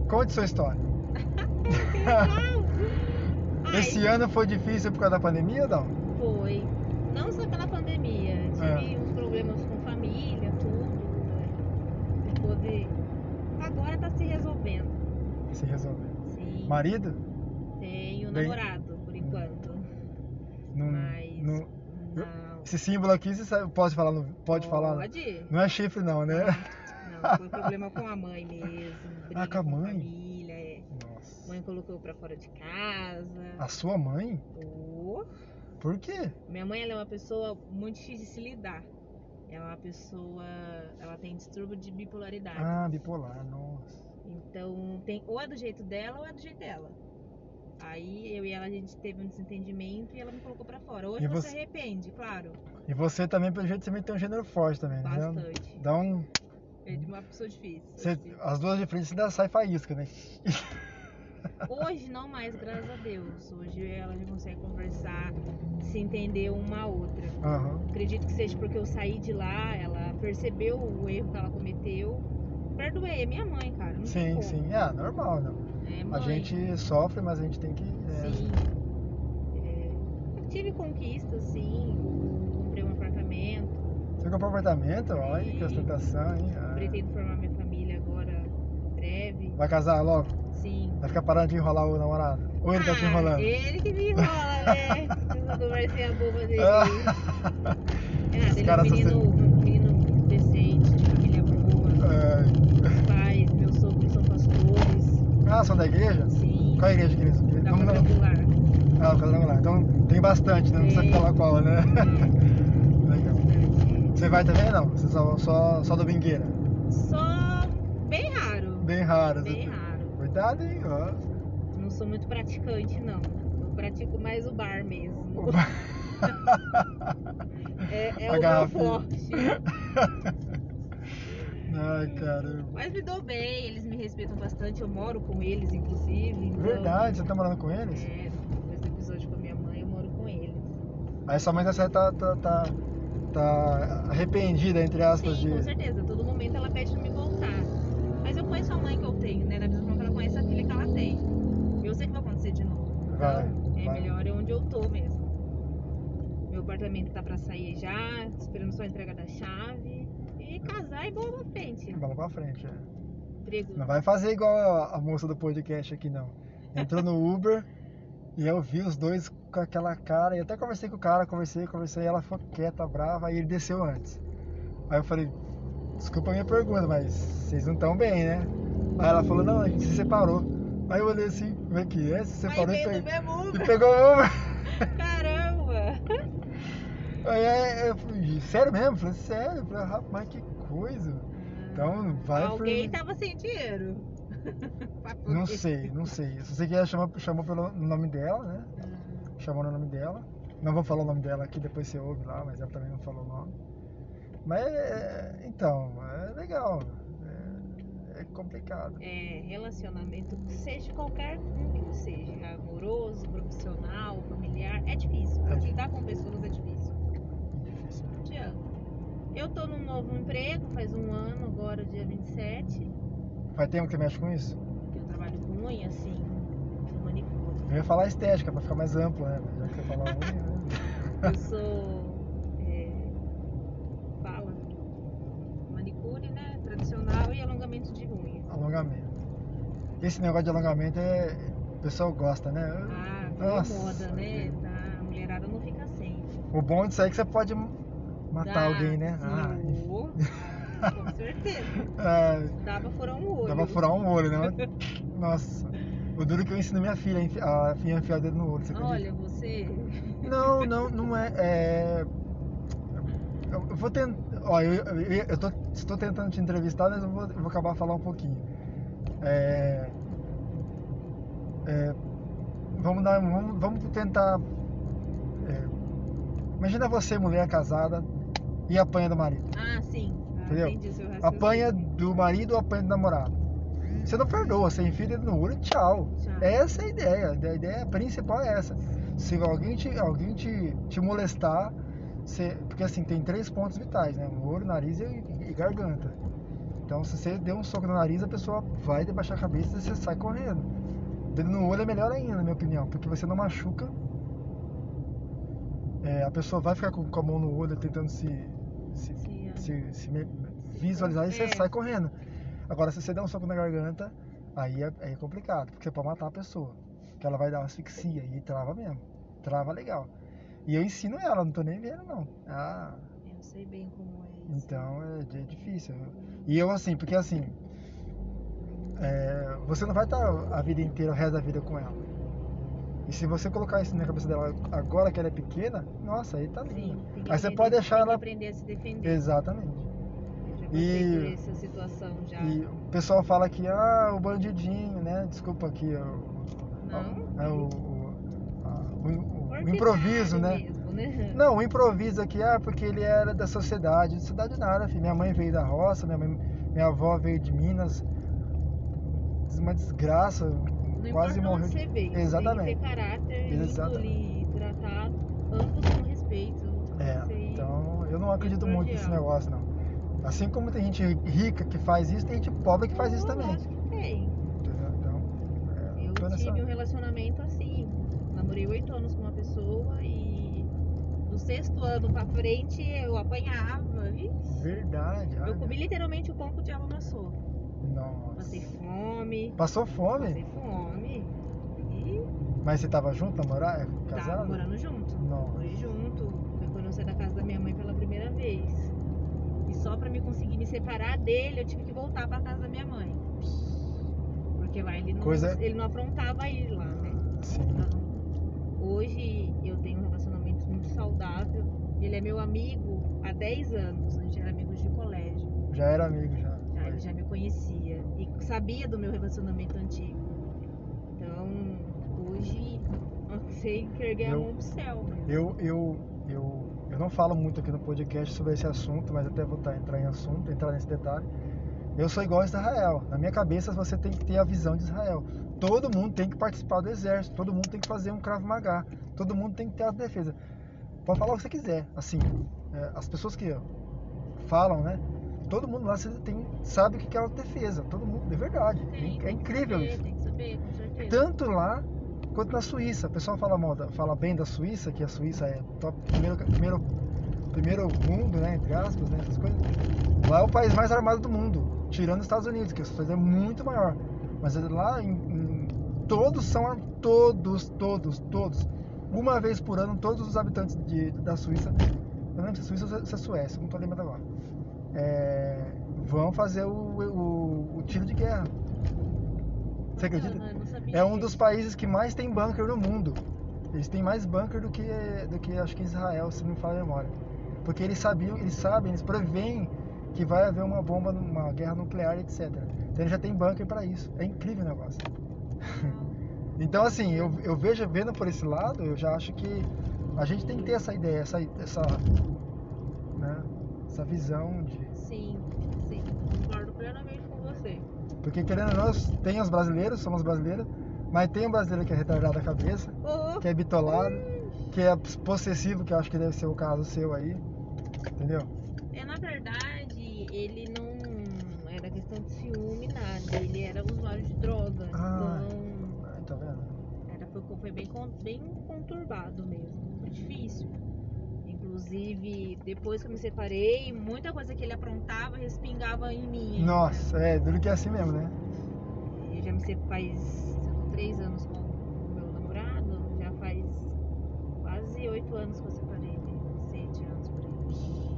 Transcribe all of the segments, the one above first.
Conte sua história. Esse ano foi difícil por causa da pandemia ou não? Foi. Não só pela pandemia. Tive uns problemas com família, tudo. Agora tá se resolvendo. Se resolveu. Sim. Marido? Tenho Bem- namorado, por enquanto. Não, Mas. não- Não. Esse símbolo aqui, você sabe, pode falar? Pode falar? Pode. Não é chifre não, né? Não, foi problema com a mãe mesmo. Briga Com a mãe? família, é. Nossa. Mãe colocou pra fora de casa. A sua mãe? Oh. Por quê? Minha mãe, ela é uma pessoa muito difícil de se lidar. Ela é uma pessoa... Ela tem distúrbio de bipolaridade. Ah, bipolar, nossa. Então, ou é do jeito dela ou é do jeito dela. Aí, eu e ela, a gente teve um desentendimento e ela me colocou pra fora. Hoje E você você- se arrepende, claro. E você também, pelo jeito, também tem um gênero forte também, né? Bastante. Dá um... É de uma pessoa difícil. Você, assim. as duas de frente, você ainda sai faísca, né? Hoje não mais, graças a Deus. Hoje ela já consegue conversar, se entender uma a outra. Aham. Acredito que seja porque eu saí de lá, ela percebeu o erro que ela cometeu. Perdoei, é minha mãe, cara. Não tem Sim, como. sim. É, normal, não. É A mãe. gente sofre, mas a gente tem que... Sim. Tive conquistas, sim. Comprei um apartamento. Você comprou um apartamento? Olha que Sim. ostentação, hein? Ah. Pretendo formar minha família agora em breve. Vai casar logo? Sim. Vai ficar parando de enrolar o namorado? Ou ele tá te enrolando? Ele que me enrola, né? Essa conversinha boba dele. Ah. É nada, Os ele é caras um menino decente, de família boa. É. Pais, meus sogros são pastores. Ah, são da igreja? Sim. Qual a igreja que eles... Da Não, não. quadrangular. Ah, o quadrangular. Então tem bastante, né? Não precisa Tem. falar qual, né? Legal. Bastante. Você vai também ou não? Você só domingueira? Só bem raro. Bem raro. Bem raro. Cuidado, hein? Ó. Não sou muito praticante, não. Eu pratico mais o bar mesmo. É A o meu garrafinha. forte. Ai, caramba. Mas me dou bem, eles me respeitam bastante. Eu moro com eles, inclusive. Então, Verdade, você tá morando com eles? Depois do episódio com a minha mãe, eu moro com eles. Aí sua mãe tá arrependida, entre aspas, Sim, com de... certeza. A todo momento ela pede pra me voltar. Mas eu conheço a mãe que eu tenho, né? Da mesma forma que ela conhece a filha que ela tem. Eu sei que vai acontecer de novo. Então, Vai. melhor é onde eu tô mesmo. Meu apartamento tá pra sair já, esperando só a entrega da chave. E casar e bola pra frente. Bola pra frente, é. Emprego. Não vai fazer igual a moça do podcast aqui, não. Entrou no Uber e eu vi os dois com aquela cara. E até conversei com o cara, conversei. E ela ficou quieta, brava, aí ele desceu antes. Aí eu falei, desculpa a minha pergunta, mas vocês não estão bem, né? Aí ela falou, não, a gente se separou. Aí eu olhei assim, como é que é? Se separou Aí e, veio do mesmo Uber. pegou o Uber. Caramba! Aí eu falei, sério mesmo? Eu falei, sério? Eu falei, rapaz, que coisa. Então, vai Alguém por... tava sem dinheiro. Pra poder- Não sei. Eu só sei que ela chamou pelo nome dela, né? Chamou no nome dela. Não vou falar o nome dela aqui, depois você ouve lá, mas ela também não falou o nome. Mas, então, é legal. É complicado. Relacionamento, seja qualquer um que seja, amoroso, profissional, familiar, é difícil. É Lidar com pessoas é difícil. Difícil. Não adianta. Eu tô num novo emprego, faz um ano, agora dia 27. Faz tempo que você mexe com isso? Eu trabalho com unha, assim, sou manicure. Eu ia falar estética, pra ficar mais amplo, né? Já que você falou unha, né? Eu sou. Fala. Manicure, né? Tradicional e alongamento de unha. Alongamento. Esse negócio de alongamento o pessoal gosta, né? Virou Nossa. moda, né? A mulherada não fica sem. O bom disso aí é que você pode matar alguém, né? Com certeza. Dá pra furar um olho. Dá pra furar um olho, né? Nossa. O duro que eu ensino minha filha a enfiar o dedo no olho, você acredita? Olha, você. Não é. Eu vou tentar. Ó, estou tentando te entrevistar, mas eu vou acabar falando um pouquinho. Vamos tentar. Imagina você, mulher casada, e apanha do marido. Ah, sim. Entendeu? Entendi o seu raciocínio. Apanha do marido ou apanha do namorado. Você não perdoa, você enfia o dedo no olho e tchau. Essa é a ideia. A ideia principal é essa. Se alguém te molestar, porque assim, tem 3 pontos vitais, né? Olho, nariz e garganta. Então, se você deu um soco no nariz, a pessoa vai debaixar a cabeça e você sai correndo. Dedo no olho é melhor ainda, na minha opinião, porque você não machuca. A pessoa vai ficar com a mão no olho tentando se visualizar e você sai correndo. Agora, se você der um soco na garganta, aí é complicado, porque você pode matar a pessoa. Que ela vai dar uma asfixia e trava mesmo. Trava legal. E eu ensino ela, não tô nem vendo não. Eu sei bem como é isso. Então é difícil. E eu assim, porque assim, você não vai estar a vida inteira, o resto da vida com ela. E se você colocar isso na cabeça dela agora que ela é pequena, nossa, aí tá lindo. Aí você pode deixar ela aprender a se defender. Exatamente. Eu já passei por essa situação já. E o pessoal fala que o bandidinho, né? Desculpa aqui, o improviso, né? Mesmo, né? Não, o improviso aqui, porque ele era da sociedade. De sociedade nada, filho. Minha mãe veio da roça, minha avó veio de Minas. Uma desgraça, não quase morreu. Você veio. Exatamente. Tem que ter caráter, índole, tratado, ambos com respeito. Então eu não acredito muito nesse negócio, não. Assim como tem gente rica que faz isso, tem gente pobre que faz isso também. Acho que tem. Então, eu tive um relacionamento assim. Namorei 8 anos com uma pessoa e do 6º ano pra frente eu apanhava. Verdade. Eu comi literalmente o pão que o diabo amassou. Nossa. Passei fome. Passou fome? Passei fome. Mas você tava junto, namorado? Casado? Tava morando junto. Morei junto. Foi quando eu saí da casa da minha mãe pela primeira vez. E só pra me conseguir me separar dele, eu tive que voltar pra casa da minha mãe. Porque lá ele não afrontava ir lá, né? Sim. Então, hoje eu tenho um relacionamento muito saudável. Ele é meu amigo há 10 anos. A gente era amigos de colégio. Já era amigo, já. Ele já me conhecia e sabia do meu relacionamento antigo. Então, hoje eu sei que erguer a mão pro céu. Eu não falo muito aqui no podcast sobre esse assunto, mas até vou entrar nesse detalhe. Eu sou igual a Israel. Na minha cabeça você tem que ter a visão de Israel. Todo mundo tem que participar do exército, todo mundo tem que fazer um Krav Maga, todo mundo tem que ter a defesa. Pode falar o que você quiser, assim, as pessoas que falam, né? Todo mundo lá sabe o que é defesa, todo mundo, de verdade. É incrível isso. Tem que saber, com certeza. Tanto lá quanto na Suíça. O pessoal fala bem da Suíça, que a Suíça é top, primeiro mundo, né, entre aspas, né, essas coisas. Lá é o país mais armado do mundo, tirando os Estados Unidos, que a Suíça é muito maior. Mas lá todos são armados, todos. Uma vez por ano, todos os habitantes da Suíça, eu não lembro se é Suíça ou se é Suécia, não estou lembrando agora, vão fazer o tiro de guerra. Você acredita? É um dos países que mais tem bunker no mundo. Eles têm mais bunker do que acho que Israel, se não me falha a memória. Porque eles sabem, eles preveem que vai haver uma bomba, uma guerra nuclear, etc. Então eles já tem bunker para isso. É incrível o negócio. Então assim, eu vendo por esse lado, eu já acho que a gente tem que ter essa ideia, essa visão de... Sim, concordo plenamente com você. Porque querendo ou não, tem os brasileiros, somos brasileiros, mas tem um brasileiro que é retardado da cabeça, que é bitolado, que é possessivo, que eu acho que deve ser o caso seu aí, entendeu? Na verdade, ele não era questão de ciúme, nada, ele era usuário de droga, então tá vendo? Foi bem conturbado mesmo, foi difícil. Inclusive, depois que eu me separei, muita coisa que ele aprontava respingava em mim. Nossa, duro que é assim mesmo, né? Eu já me separei faz 3 anos com o meu namorado, já faz quase 8 anos que eu separei dele, 7 anos por aí.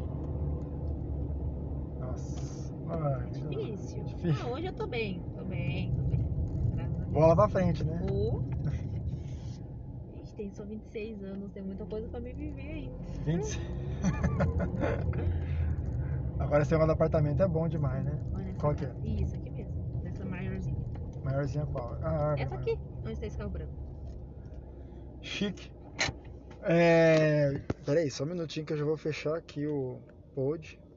Nossa, difícil. Difícil. Hoje eu tô bem. Graças a Deus. Bola pra frente, né? Tem só 26 anos, tem muita coisa pra me viver ainda. 26. Agora esse negócio do apartamento é bom demais, né? Qual que é? Isso, aqui mesmo. Essa maiorzinha. Maiorzinha qual? Essa aqui, onde está esse carro branco. Chique. Peraí, só um minutinho que eu já vou fechar aqui o pod.